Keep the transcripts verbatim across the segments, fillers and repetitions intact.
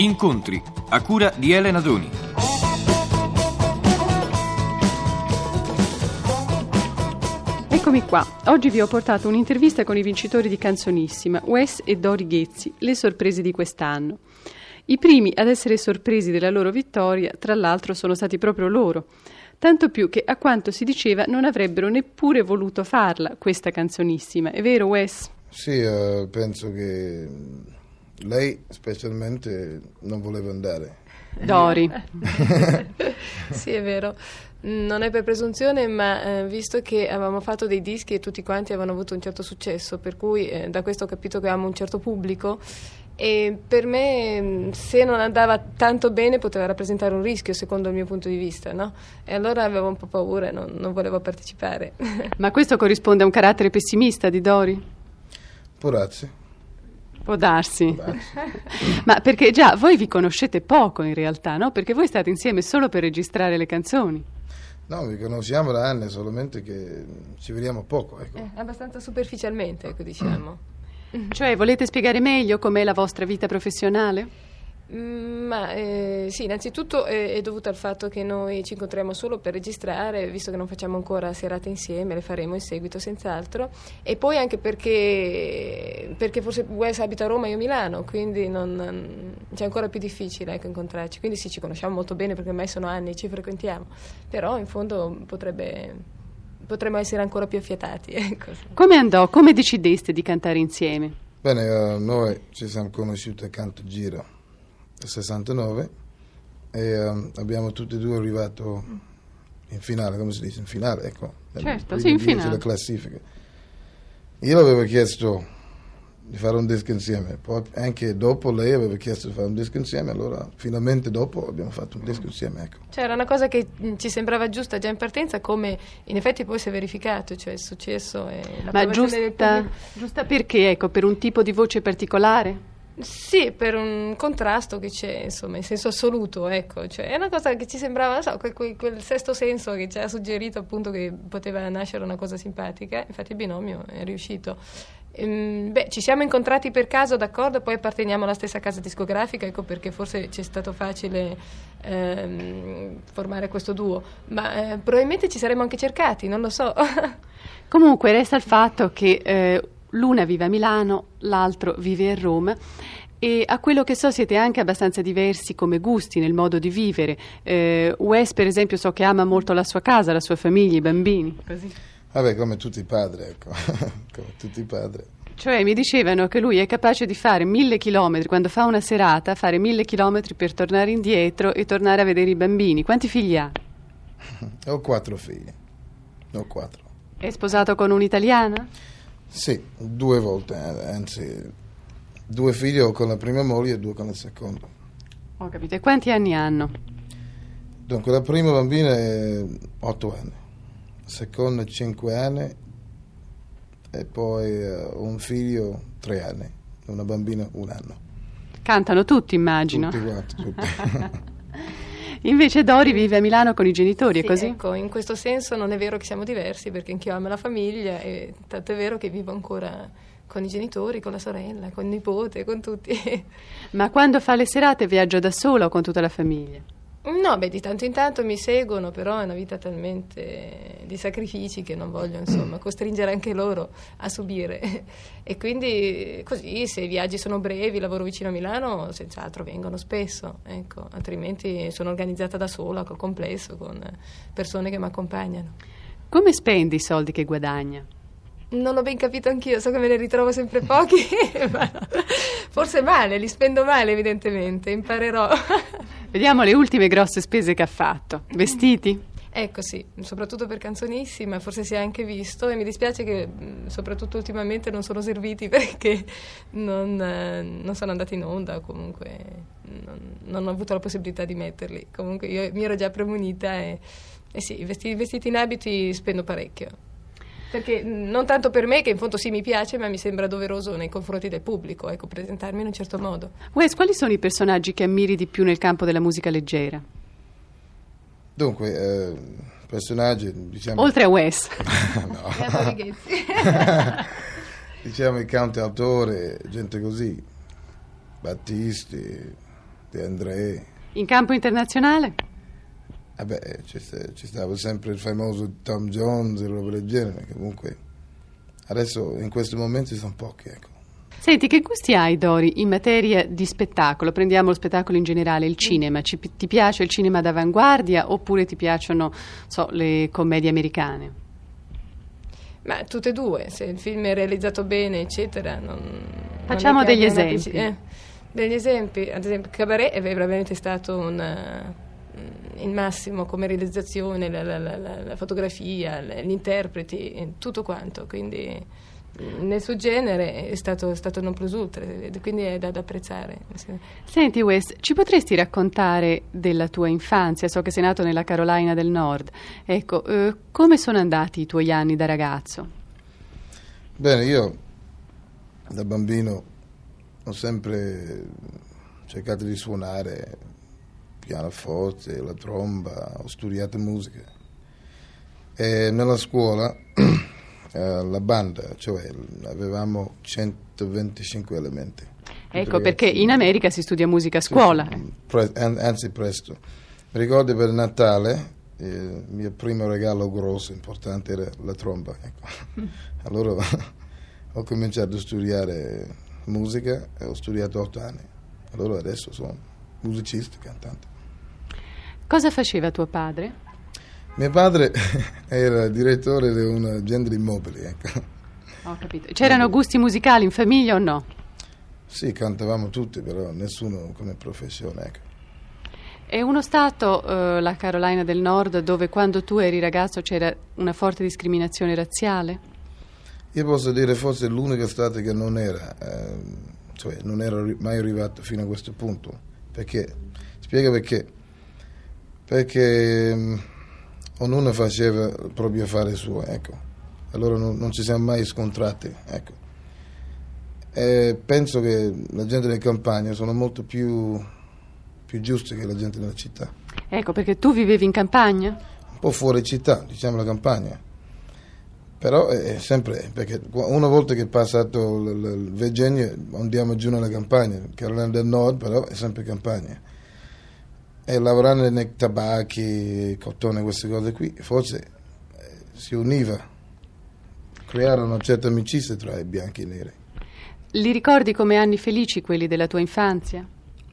Incontri, a cura di Elena Doni. Eccomi qua. Oggi vi ho portato un'intervista con i vincitori di Canzonissima, Wes e Dori Ghezzi, le sorprese di quest'anno. I primi ad essere sorpresi della loro vittoria, tra l'altro, sono stati proprio loro. Tanto più che, a quanto si diceva, non avrebbero neppure voluto farla, questa Canzonissima. È vero, Wes? Sì, uh, penso che lei specialmente non voleva andare. Dori. Sì, è vero. Non è per presunzione, ma eh, visto che avevamo fatto dei dischi e tutti quanti avevano avuto un certo successo, per cui eh, da questo ho capito che avevamo un certo pubblico, e per me, se non andava tanto bene, poteva rappresentare un rischio, secondo il mio punto di vista, no? E allora avevo un po' paura e non, non volevo partecipare. Ma questo corrisponde a un carattere pessimista di Dori? Può darsi. Può darsi. Può darsi. Ma perché già voi vi conoscete poco in realtà, no? Perché voi state insieme solo per registrare le canzoni. No, vi conosciamo da anni, solamente che ci vediamo poco, ecco. Eh, abbastanza superficialmente, ecco, diciamo. Cioè, volete spiegare meglio com'è la vostra vita professionale? Mm, ma eh, sì, innanzitutto è, è dovuto al fatto che noi ci incontriamo solo per registrare, visto che non facciamo ancora serate insieme, le faremo in seguito senz'altro, e poi anche perché, perché forse Wes abita a Roma e io a Milano, quindi non, non, c'è ancora più difficile, ecco, incontrarci. Quindi sì, ci conosciamo molto bene perché ormai sono anni e ci frequentiamo, però in fondo potrebbe, potremmo essere ancora più affiatati, ecco. Come andò? Come decideste di cantare insieme? Bene, uh, noi ci siamo conosciuti a Canto Giro sessantanove e um, abbiamo tutti e due arrivato in finale, come si dice, in finale, ecco. Certo, sì, in finale. La classifica. Io avevo chiesto di fare un disco insieme, poi anche dopo lei aveva chiesto di fare un disco insieme, allora finalmente dopo abbiamo fatto un disco insieme, ecco. Cioè era una cosa che ci sembrava giusta già in partenza, come in effetti poi si è verificato, cioè è successo. E la Ma giusta, giusta perché, ecco, per un tipo di voce particolare? Sì, per un contrasto che c'è, insomma, in senso assoluto, ecco, cioè è una cosa che ci sembrava, non so, quel, quel sesto senso che ci ha suggerito appunto che poteva nascere una cosa simpatica, infatti il binomio è riuscito. Ehm, beh, ci siamo incontrati per caso, d'accordo, poi apparteniamo alla stessa casa discografica, ecco perché forse ci è stato facile ehm, formare questo duo, ma eh, probabilmente ci saremmo anche cercati, non lo so. Comunque resta il fatto che eh, l'una vive a Milano, l'altro vive a Roma e a quello che so siete anche abbastanza diversi come gusti nel modo di vivere. Eh, Wes, per esempio, so che ama molto la sua casa, la sua famiglia, i bambini. Così. Vabbè, come tutti i padri, ecco. Come tutti i padri. Cioè mi dicevano che lui è capace di fare mille chilometri, quando fa una serata, fare mille chilometri per tornare indietro e tornare a vedere i bambini. Quanti figli ha? Ho quattro figli. Ho quattro. È sposato con un'italiana? Sì, due volte, anzi, due figli ho con la prima moglie e due con la seconda. Ho capito. E quanti anni hanno? Dunque, la prima bambina è otto anni, la seconda cinque anni e poi uh, un figlio tre anni, una bambina un anno. Cantano tutti, immagino. Tutti quanti, tutti. Invece Dori vive a Milano con i genitori, sì, è così? Ecco, in questo senso non è vero che siamo diversi, perché anch'io amo la famiglia, e tanto è vero che vivo ancora con i genitori, con la sorella, con il nipote, con tutti. Ma quando fa le serate viaggia da sola o con tutta la famiglia? No, beh, di tanto in tanto mi seguono, però è una vita talmente di sacrifici che non voglio, insomma, costringere anche loro a subire. E quindi così, se i viaggi sono brevi, lavoro vicino a Milano, senz'altro vengono spesso, ecco, altrimenti sono organizzata da sola, col complesso, con persone che mi accompagnano. Come spendi i soldi che guadagna? Non l'ho ben capito anch'io, so che me ne ritrovo sempre pochi, ma forse male, li spendo male evidentemente, imparerò. Vediamo le ultime grosse spese che ha fatto. Vestiti? Ecco sì, soprattutto per Canzonissima, forse si è anche visto, e mi dispiace che soprattutto ultimamente non sono serviti perché non, non sono andati in onda, o comunque non, non ho avuto la possibilità di metterli. Comunque io mi ero già premunita e, e sì, i vestiti, vestiti in abiti spendo parecchio. Perché non tanto per me, che in fondo sì mi piace, ma mi sembra doveroso nei confronti del pubblico, ecco, presentarmi in un certo modo. Wes, quali sono i personaggi che ammiri di più nel campo della musica leggera? Dunque, eh, personaggi, diciamo... Oltre a Wes. No. Ghezzi. Diciamo i cantautori, gente così, Battisti, De André. In campo internazionale? Eh beh, ci, ci stava sempre il famoso Tom Jones e roba del genere. Comunque, adesso in questo momento ci sono pochi, ecco. Senti, che gusti hai, Dori, in materia di spettacolo? Prendiamo lo spettacolo in generale, il cinema. Ci, ti piace il cinema d'avanguardia oppure ti piacciono, so, le commedie americane? Ma tutte e due, se il film è realizzato bene, eccetera. Non, Facciamo non è degli che esempi. Eh, degli esempi, ad esempio, Cabaret è veramente stato un, il massimo come realizzazione, la, la, la, la fotografia, gli interpreti, tutto quanto, quindi nel suo genere è stato, è stato non plus ultra, quindi è da, da apprezzare. Senti Wes, ci potresti raccontare della tua infanzia? So che sei nato nella Carolina del Nord. Ecco, eh, come sono andati i tuoi anni da ragazzo? Bene, io da bambino ho sempre cercato di suonare pianoforte, la tromba, ho studiato musica e nella scuola la banda, cioè avevamo centoventicinque elementi. Ecco, perché in America si studia musica a scuola. Sì, pre- anzi presto. Mi ricordo per Natale eh, il mio primo regalo grosso, importante, era la tromba. Ecco. Allora ho cominciato a studiare musica e ho studiato otto anni. Allora adesso sono musicista, cantante. Cosa faceva tuo padre? Mio padre era direttore di un'azienda di immobili, ecco. Ho capito. C'erano gusti musicali in famiglia o no? Sì, cantavamo tutti, però nessuno come professione, ecco. È uno stato, eh, la Carolina del Nord, dove quando tu eri ragazzo c'era una forte discriminazione razziale? Io posso dire forse l'unico stato che non era, eh, cioè non era mai arrivato fino a questo punto. Perché? Spiega perché. Perché ognuno faceva il proprio affare suo, ecco. Allora non, non ci siamo mai scontrati, ecco. E penso che la gente delle campagne sono molto più, più giuste che la gente della città. Ecco, perché tu vivevi in campagna? Un po' fuori città, diciamo la campagna. Però è sempre, perché una volta che è passato il, il Virginia andiamo giù nella campagna, Carolina del Nord però è sempre campagna. E lavorando nei tabacchi, cotone, queste cose qui, forse eh, si univa, crearono una certa amicizia tra i bianchi e i neri. Li ricordi come anni felici quelli della tua infanzia?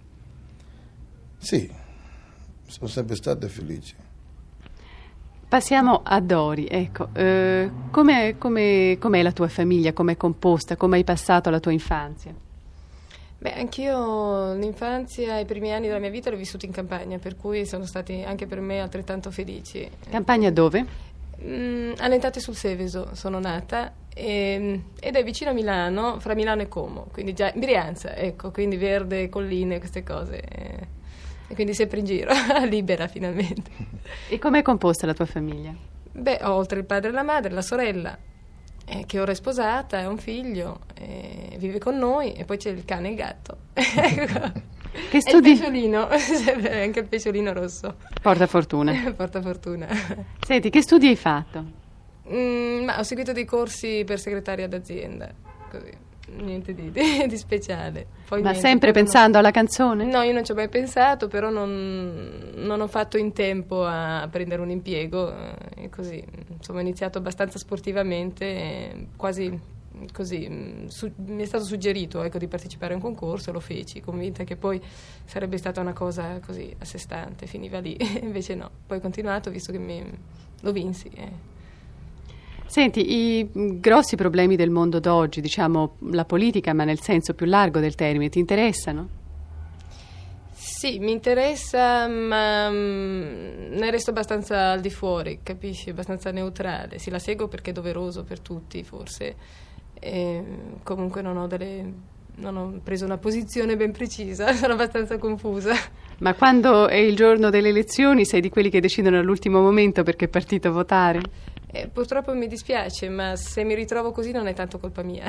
Sì, sono sempre state felici. Passiamo a Dori, ecco, eh, com'è, com'è, com'è la tua famiglia, com'è composta, come hai passato la tua infanzia? Beh, anch'io l'infanzia e i primi anni della mia vita l'ho vissuta in campagna, per cui sono stati anche per me altrettanto felici. Campagna dove? Mm, Allentate sul Seveso sono nata e, ed è vicino a Milano, fra Milano e Como, quindi già in Brianza, ecco, quindi verde, colline, queste cose. E, e quindi sempre in giro, libera finalmente. E com'è composta la tua famiglia? Beh, ho oltre il padre e la madre, la sorella, eh, che ora è sposata, ha un figlio, eh, vive con noi, e poi c'è il cane e il gatto. Che studi? E il pesciolino, anche il pesciolino rosso. Porta fortuna. Porta fortuna. Senti, che studi hai fatto? Mm, ma ho seguito dei corsi per segretaria d'azienda, così, niente di, di, di speciale. Poi Ma niente, sempre pensando non... alla canzone? No, io non ci ho mai pensato, però non, non ho fatto in tempo a prendere un impiego, eh, così, insomma ho iniziato abbastanza sportivamente, eh, quasi così, su, mi è stato suggerito, ecco, di partecipare a un concorso, lo feci, convinta che poi sarebbe stata una cosa così a sé stante, finiva lì, invece no, poi ho continuato visto che mi, lo vinsi. Eh. Senti, i grossi problemi del mondo d'oggi, diciamo la politica, ma nel senso più largo del termine, ti interessano? Sì, mi interessa, ma mm, ne resto abbastanza al di fuori, capisci? Abbastanza neutrale. Sì, la seguo perché è doveroso per tutti, forse. E comunque non ho delle... non ho preso una posizione ben precisa, sono abbastanza confusa. Ma quando è il giorno delle elezioni sei di quelli che decidono all'ultimo momento per che partito votare? Eh, purtroppo mi dispiace, ma se mi ritrovo così non è tanto colpa mia.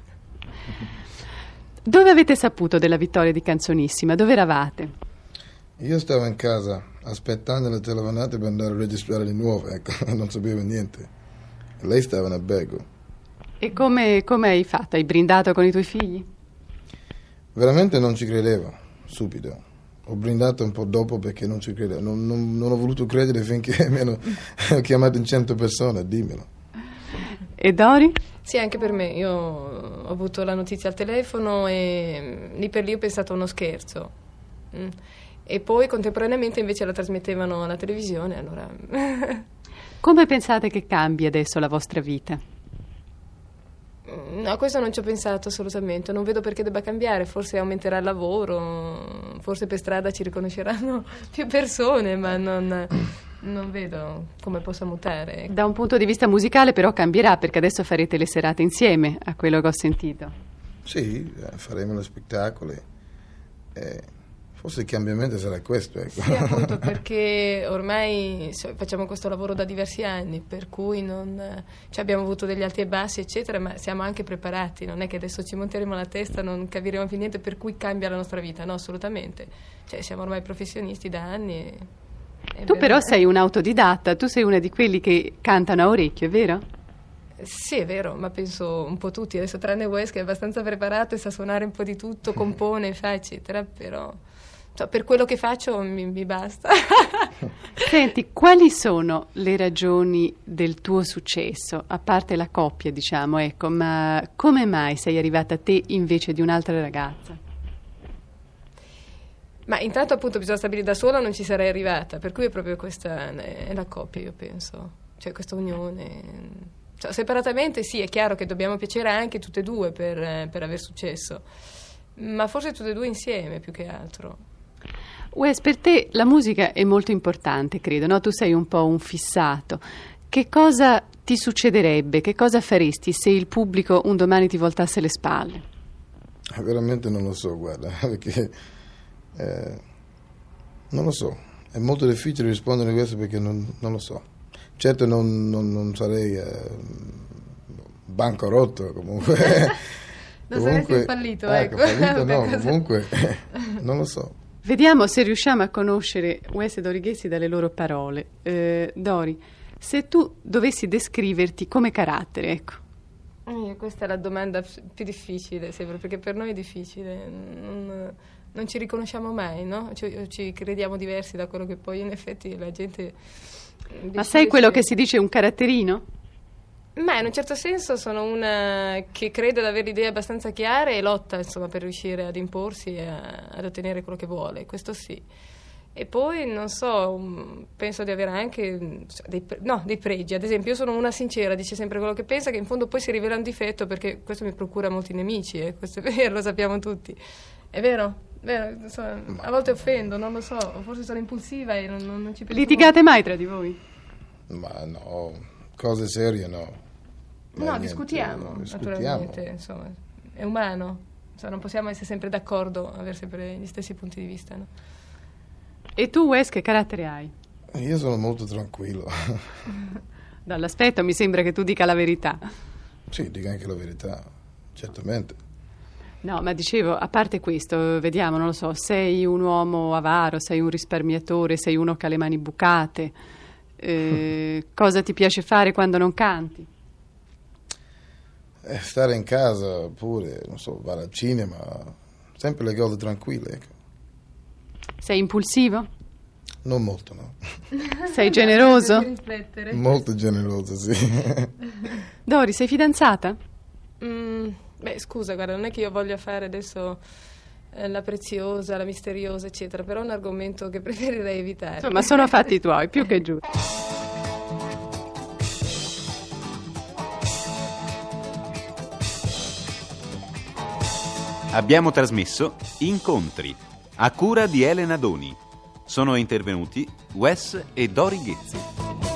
Dove avete saputo della vittoria di Canzonissima? Dove eravate? Io stavo in casa aspettando le telefonate per andare a registrare le nuove, ecco, non sapevo niente. E lei stava in albergo. E come, come hai fatto? Hai brindato con i tuoi figli? Veramente non ci credevo, subito. ho brindato un po' dopo perché non ci credevo, non, non, non ho voluto credere finché mi hanno chiamato in cento persone, dimmelo. E Dori? Sì, anche per me. Io ho avuto la notizia al telefono e lì per lì ho pensato a uno scherzo. Mm. E poi contemporaneamente invece la trasmettevano alla televisione, allora... Come pensate che cambi adesso la vostra vita? No, a questo non ci ho pensato assolutamente, non vedo perché debba cambiare, forse aumenterà il lavoro, forse per strada ci riconosceranno più persone, ma non, non vedo come possa mutare. Da un punto di vista musicale però cambierà, perché adesso farete le serate insieme, a quello che ho sentito. Sì, faremo lo spettacolo. Eh, forse il cambiamento sarà questo. Ecco. Sì, appunto, perché ormai facciamo questo lavoro da diversi anni, per cui non, cioè abbiamo avuto degli alti e bassi, eccetera, ma siamo anche preparati. Non è che adesso ci monteremo la testa, non capiremo più niente, per cui cambia la nostra vita. No, assolutamente. Cioè, siamo ormai professionisti da anni. E, e tu beh, però sei un autodidatta, tu sei una di quelli che cantano a orecchio, è vero? Sì, è vero, ma penso un po' tutti. Adesso tranne Wes che è abbastanza preparato e sa suonare un po' di tutto, compone, fa, eccetera, però... Cioè, per quello che faccio mi, mi basta. Senti, quali sono le ragioni del tuo successo? A parte la coppia, diciamo, ecco, ma come mai sei arrivata a te invece di un'altra ragazza? Ma intanto appunto bisogna stabilire da sola, non ci sarei arrivata, per cui è proprio questa è la coppia, io penso. Cioè questa unione. Cioè, separatamente sì, è chiaro che dobbiamo piacere anche tutte e due per, per aver successo, ma forse tutte e due insieme più che altro. Wes, per te la musica è molto importante, credo, no? Tu sei un po' un fissato. Che cosa ti succederebbe? Che cosa faresti se il pubblico un domani ti voltasse le spalle? Veramente non lo so, guarda, perché eh, non lo so. È molto difficile rispondere a questo perché non, non lo so. Certo non, non, non sarei eh, bancarotto, comunque. Non comunque, saresti fallito, ecco. ecco. Fallito no, comunque non lo so. Vediamo se riusciamo a conoscere Wes e Dori Ghezzi dalle loro parole. Eh, Dori, se tu dovessi descriverti come carattere, ecco. Eh, questa è la domanda più difficile, sempre, perché per noi è difficile. Non, non ci riconosciamo mai, no? Ci, ci crediamo diversi da quello che poi in effetti la gente... Ma sei quello che si dice un caratterino? Ma in un certo senso sono una che crede di avere idee abbastanza chiare e lotta, insomma, per riuscire ad imporsi e a, ad ottenere quello che vuole, questo sì. E poi, non so, penso di avere anche dei, no, dei pregi. Ad esempio, io sono una sincera, dice sempre quello che pensa, che in fondo poi si rivela un difetto, perché questo mi procura molti nemici, e eh, questo è vero, lo sappiamo tutti. È vero? Vero, insomma, a volte offendo, non lo so, forse sono impulsiva e non, non ci penso. Litigate molto. mai tra di voi? Ma no, cose serie no. No, niente, discutiamo, discutiamo, naturalmente, insomma, è umano, insomma, non possiamo essere sempre d'accordo, avere sempre gli stessi punti di vista, no? E tu, Wes, che carattere hai? Io sono molto tranquillo. Dall'aspetto mi sembra che tu dica la verità. Sì, dico anche la verità, certamente. No, ma dicevo, a parte questo, vediamo, non lo so, sei un uomo avaro, sei un risparmiatore, sei uno che ha le mani bucate. Eh, cosa ti piace fare quando non canti? Eh, stare in casa pure, non so, vado al cinema, sempre le cose tranquille, ecco. Sei impulsivo? Non molto, no. Sei generoso? Devi riflettere. Molto generoso, sì. Dori, sei fidanzata? Mm, beh, scusa, guarda, non è che io voglia fare adesso eh, la preziosa, la misteriosa, eccetera, però è un argomento che preferirei evitare. Insomma, sono fatti tuoi, più che giusto. Abbiamo trasmesso Incontri, a cura di Elena Doni. Sono intervenuti Wes e Dori Ghezzi.